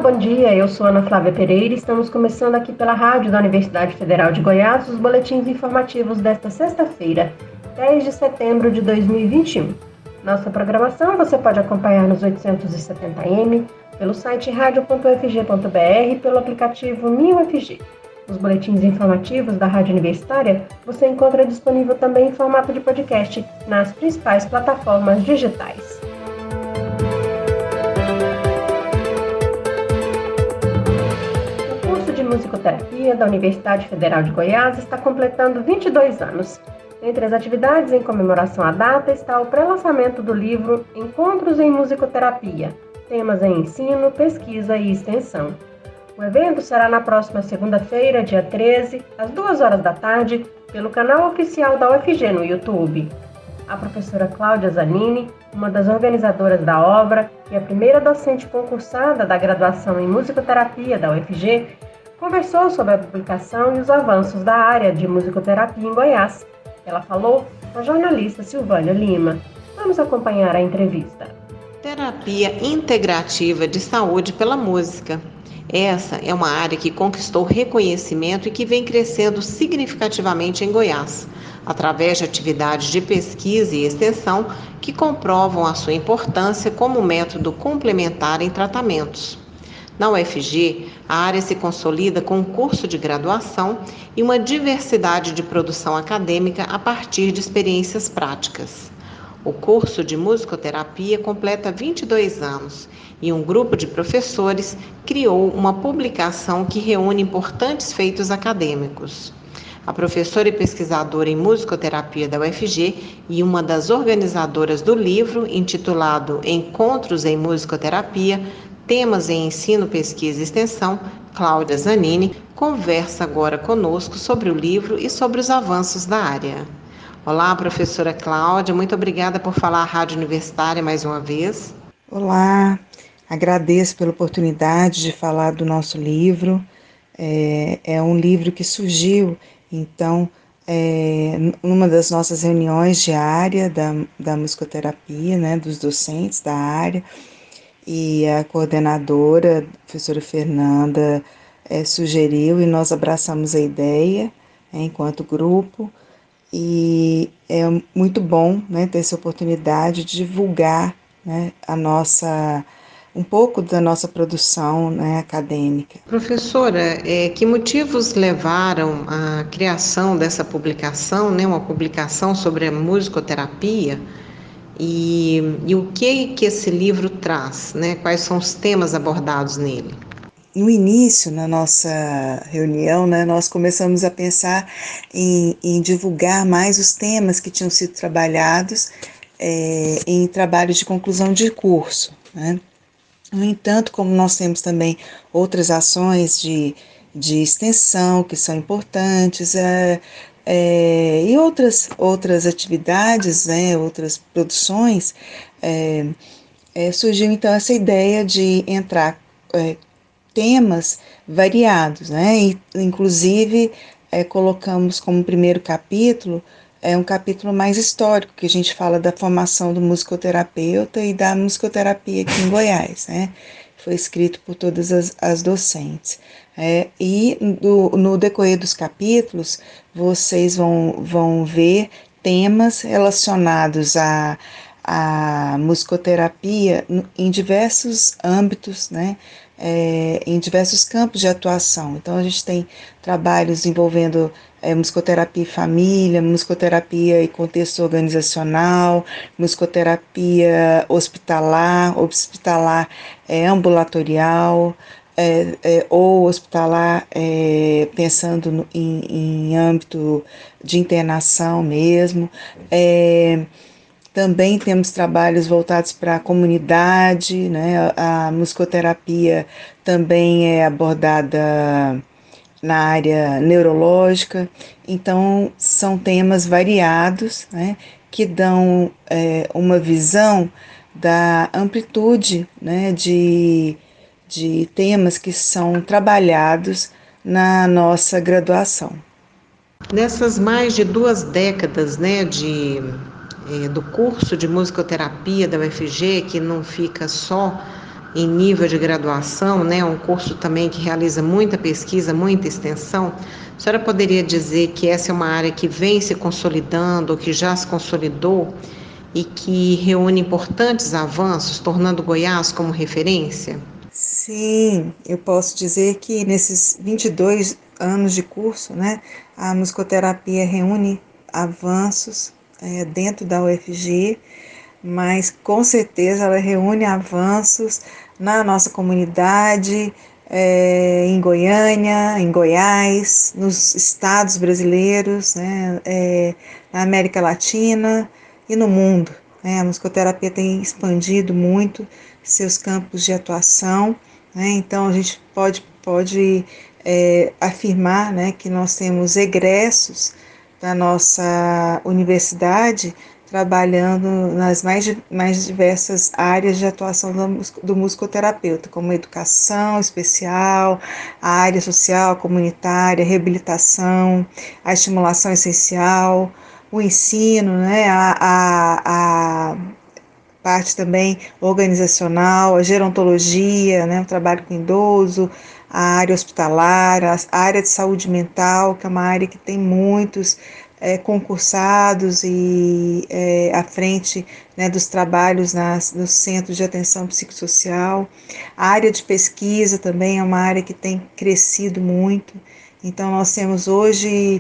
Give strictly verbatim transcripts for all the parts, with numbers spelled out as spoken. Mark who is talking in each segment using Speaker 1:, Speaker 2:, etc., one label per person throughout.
Speaker 1: bom dia. Eu sou Ana Flávia Pereira e estamos começando aqui pela rádio da Universidade Federal de Goiás os boletins informativos desta sexta-feira, dez de setembro de dois mil e vinte e um. Nossa programação você pode acompanhar nos oitocentos e setenta eme, pelo site radio ponto u f g ponto b r e pelo aplicativo Minha U F G. Os boletins informativos da Rádio Universitária você encontra disponível também em formato de podcast nas principais plataformas digitais. O curso de musicoterapia da Universidade Federal de Goiás está completando vinte e dois anos. Entre as atividades em comemoração à data está o pré-lançamento do livro Encontros em Musicoterapia, temas em ensino, pesquisa e extensão. O evento será na próxima segunda-feira, dia treze, às duas horas da tarde, pelo canal oficial da U F G no YouTube. A professora Cláudia Zanini, uma das organizadoras da obra e a primeira docente concursada da graduação em musicoterapia da U F G, conversou sobre a publicação e os avanços da área de musicoterapia em Goiás. Ela falou com a jornalista Silvânia Lima. Vamos acompanhar a entrevista.
Speaker 2: Terapia integrativa de saúde pela música. Essa é uma área que conquistou reconhecimento e que vem crescendo significativamente em Goiás, através de atividades de pesquisa e extensão que comprovam a sua importância como método complementar em tratamentos. Na U F G, a área se consolida com um curso de graduação e uma diversidade de produção acadêmica a partir de experiências práticas. O curso de musicoterapia completa vinte e dois anos e um grupo de professores criou uma publicação que reúne importantes feitos acadêmicos. A professora e pesquisadora em musicoterapia da U F G e uma das organizadoras do livro, intitulado Encontros em Musicoterapia, temas em ensino, pesquisa e extensão, Cláudia Zanini, conversa agora conosco sobre o livro e sobre os avanços da área. Olá, professora Cláudia, muito obrigada por falar à Rádio Universitária mais uma vez.
Speaker 3: Olá, agradeço pela oportunidade de falar do nosso livro. É, é um livro que surgiu, então, é, numa das nossas reuniões diárias da, da musicoterapia, né, dos docentes da área, e a coordenadora, a professora Fernanda, é, sugeriu e nós abraçamos a ideia, é, enquanto grupo. E é muito bom, né, ter essa oportunidade de divulgar, né, a nossa, um pouco da nossa produção, né, acadêmica.
Speaker 2: Professora, é, que motivos levaram à criação dessa publicação, né, uma publicação sobre a musicoterapia, e, e o que, que esse livro traz, né, quais são os temas abordados nele?
Speaker 3: No início, na nossa reunião, né, nós começamos a pensar em, em divulgar mais os temas que tinham sido trabalhados é, em trabalhos de conclusão de curso, né? No entanto, como nós temos também outras ações de, de extensão que são importantes, é, é, e outras, outras atividades, né, outras produções, é, é, surgiu então essa ideia de entrar é, temas variados, né? E, inclusive, é, colocamos como primeiro capítulo é um capítulo mais histórico, que a gente fala da formação do musicoterapeuta e da musicoterapia aqui em Goiás, né? Foi escrito por todas as, as docentes. É, e do, no decorrer dos capítulos, vocês vão, vão ver temas relacionados a a musicoterapia em diversos âmbitos, né, é, em diversos campos de atuação. Então, a gente tem trabalhos envolvendo é, musicoterapia e família, musicoterapia e contexto organizacional, musicoterapia hospitalar, hospitalar é, ambulatorial, é, é, ou hospitalar é, pensando no, em, em âmbito de internação mesmo. É, Também temos trabalhos voltados para a comunidade, né? A musicoterapia também é abordada na área neurológica, então são temas variados, né? Que dão é, uma visão da amplitude, né? de, de temas que são trabalhados na nossa graduação.
Speaker 2: Nessas mais de duas décadas, né, de do curso de musicoterapia da U F G, que não fica só em nível de graduação, né, um curso também que realiza muita pesquisa, muita extensão. A senhora poderia dizer que essa é uma área que vem se consolidando, ou que já se consolidou e que reúne importantes avanços, tornando Goiás como referência?
Speaker 3: Sim, eu posso dizer que nesses vinte e dois anos de curso, né, a musicoterapia reúne avanços é, dentro da U F G, mas com certeza ela reúne avanços na nossa comunidade, é, em Goiânia, em Goiás, nos estados brasileiros, né, é, na América Latina e no mundo. Né, a musicoterapia tem expandido muito seus campos de atuação, né, então a gente pode, pode é, afirmar, né, que nós temos egressos da nossa universidade trabalhando nas mais, mais diversas áreas de atuação do, do musicoterapeuta, como educação especial, a área social, comunitária, reabilitação, a estimulação essencial, o ensino, né, a, a, a parte também organizacional, a gerontologia, né, o trabalho com idoso, a área hospitalar, a área de saúde mental, que é uma área que tem muitos é, concursados e é, à frente, né, dos trabalhos nas, nos centros de atenção psicossocial. A área de pesquisa também é uma área que tem crescido muito. Então, nós temos hoje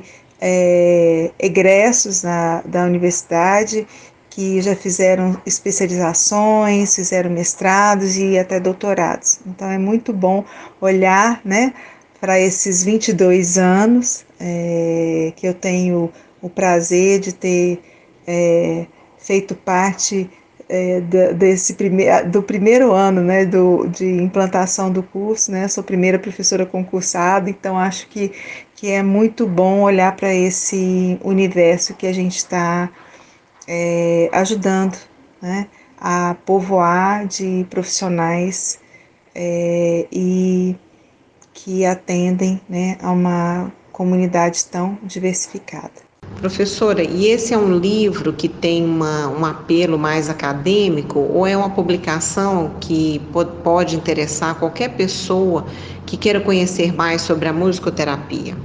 Speaker 3: é, egressos na, da universidade que já fizeram especializações, fizeram mestrados e até doutorados. Então é muito bom olhar, né, para esses vinte e dois anos é, que eu tenho o prazer de ter é, feito parte é, desse primeir, do primeiro ano, né, do, de implantação do curso, né, sou primeira professora concursada, então acho que, que é muito bom olhar para esse universo que a gente está É, ajudando, né, a povoar de profissionais é, e que atendem, né, a uma comunidade tão diversificada.
Speaker 2: Professora, e esse é um livro que tem uma, um apelo mais acadêmico ou é uma publicação que pode interessar qualquer pessoa que queira conhecer mais sobre a musicoterapia?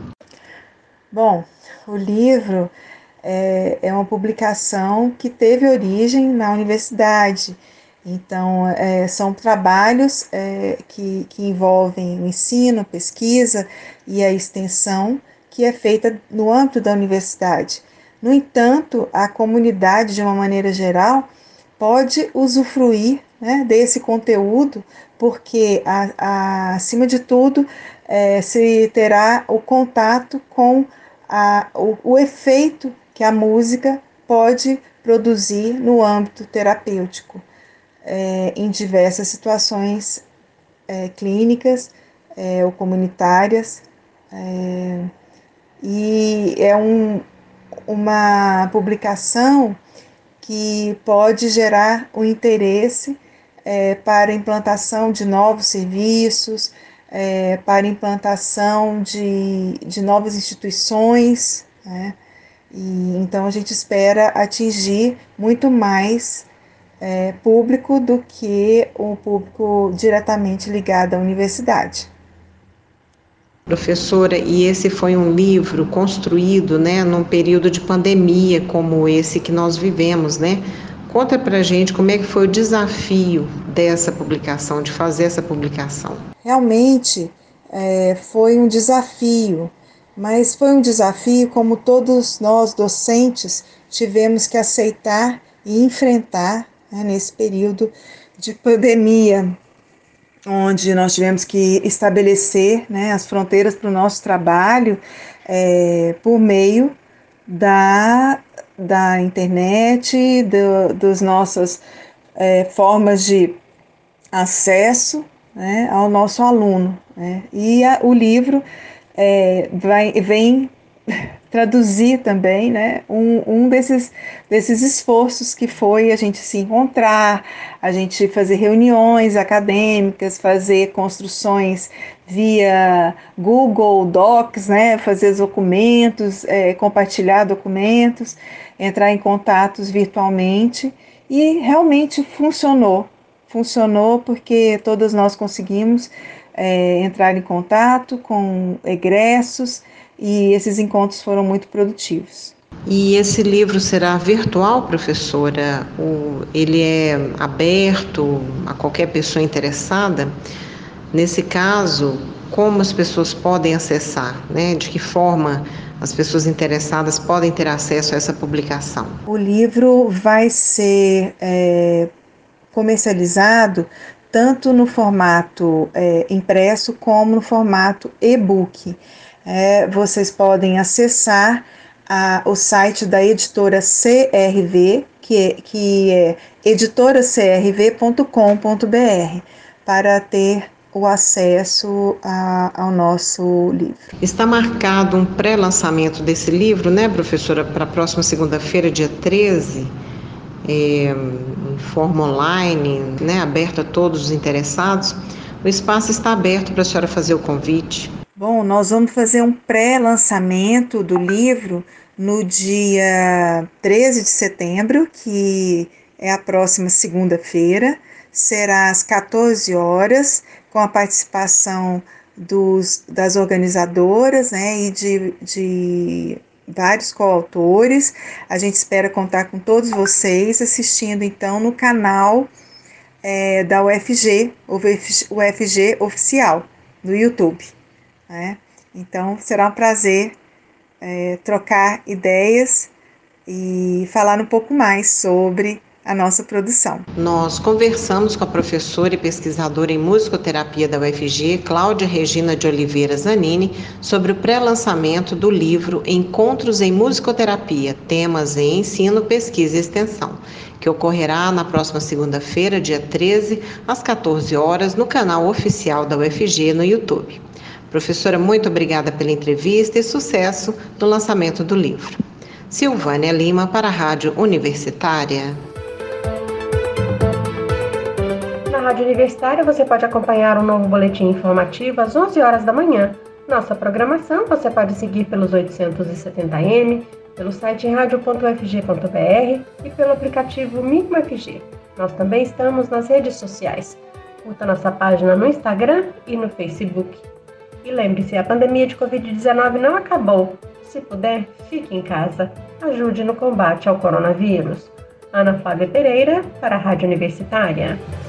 Speaker 3: Bom, o livro é, é uma publicação que teve origem na universidade. Então, é, são trabalhos é, que, que envolvem o ensino, pesquisa e a extensão que é feita no âmbito da universidade. No entanto, a comunidade, de uma maneira geral, pode usufruir, né, desse conteúdo, porque, a, a, acima de tudo, é, se terá o contato com a, o, o efeito que a música pode produzir no âmbito terapêutico, é, em diversas situações é, clínicas é, ou comunitárias, é, e é um, uma publicação que pode gerar o interesse é, para a implantação de novos serviços, é, para a implantação de, de novas instituições, né? E, então a gente espera atingir muito mais é, público do que o público diretamente ligado à universidade.
Speaker 2: Professora, e esse foi um livro construído, né, num período de pandemia como esse que nós vivemos, né? Conta pra gente como é que foi o desafio dessa publicação, de fazer essa publicação.
Speaker 3: Realmente é, foi um desafio, mas foi um desafio como todos nós docentes tivemos que aceitar e enfrentar, né, nesse período de pandemia, onde nós tivemos que estabelecer, né, as fronteiras para o nosso trabalho é, por meio da, da internet, do, das nossas é, formas de acesso, né, ao nosso aluno. Né? E a, o livro é, vai, vem traduzir também, né, um, um desses, desses esforços que foi a gente se encontrar, a gente fazer reuniões acadêmicas, fazer construções via Google Docs, né, fazer documentos, é, compartilhar documentos, entrar em contatos virtualmente, e realmente funcionou. funcionou porque todas nós conseguimos é, entrar em contato com egressos e esses encontros foram muito produtivos.
Speaker 2: E esse livro será virtual, professora? Ou ele é aberto a qualquer pessoa interessada? Nesse caso, como as pessoas podem acessar, né? De que forma as pessoas interessadas podem ter acesso a essa publicação?
Speaker 3: O livro vai ser é, comercializado tanto no formato é, impresso como no formato e-book. É, vocês podem acessar a, o site da editora C R V, que é, que é editora c r v ponto com ponto b r, para ter o acesso a, ao nosso livro.
Speaker 2: Está marcado um pré-lançamento desse livro, né, professora, para a próxima segunda-feira, dia treze, é, em forma online, né, aberto a todos os interessados. O espaço está aberto para a senhora fazer o convite.
Speaker 3: Bom, nós vamos fazer um pré-lançamento do livro no dia treze de setembro, que é a próxima segunda-feira. Será às quatorze horas, com a participação dos, das organizadoras, né, e de, de vários coautores. A gente espera contar com todos vocês assistindo, então, no canal é, da U F G, o U F G Oficial, no YouTube. Né? Então, será um prazer é, trocar ideias e falar um pouco mais sobre a nossa produção.
Speaker 2: Nós conversamos com a professora e pesquisadora em musicoterapia da U F G, Cláudia Regina de Oliveira Zanini, sobre o pré-lançamento do livro Encontros em Musicoterapia, Temas em Ensino, Pesquisa e Extensão, que ocorrerá na próxima segunda-feira, dia treze, às quatorze horas, no canal oficial da U F G no YouTube. Professora, muito obrigada pela entrevista e sucesso no lançamento do livro. Silvânia Lima, para a Rádio Universitária.
Speaker 1: Na Rádio Universitária você pode acompanhar um novo boletim informativo às onze horas da manhã. Nossa programação você pode seguir pelos oitocentos e setenta M, pelo site radio ponto u f g ponto b r e pelo aplicativo Micmo F G. Nós também estamos nas redes sociais. Curta nossa página no Instagram e no Facebook. E lembre-se, a pandemia de covid dezenove não acabou. Se puder, fique em casa. Ajude no combate ao coronavírus. Ana Flávia Pereira, para a Rádio Universitária.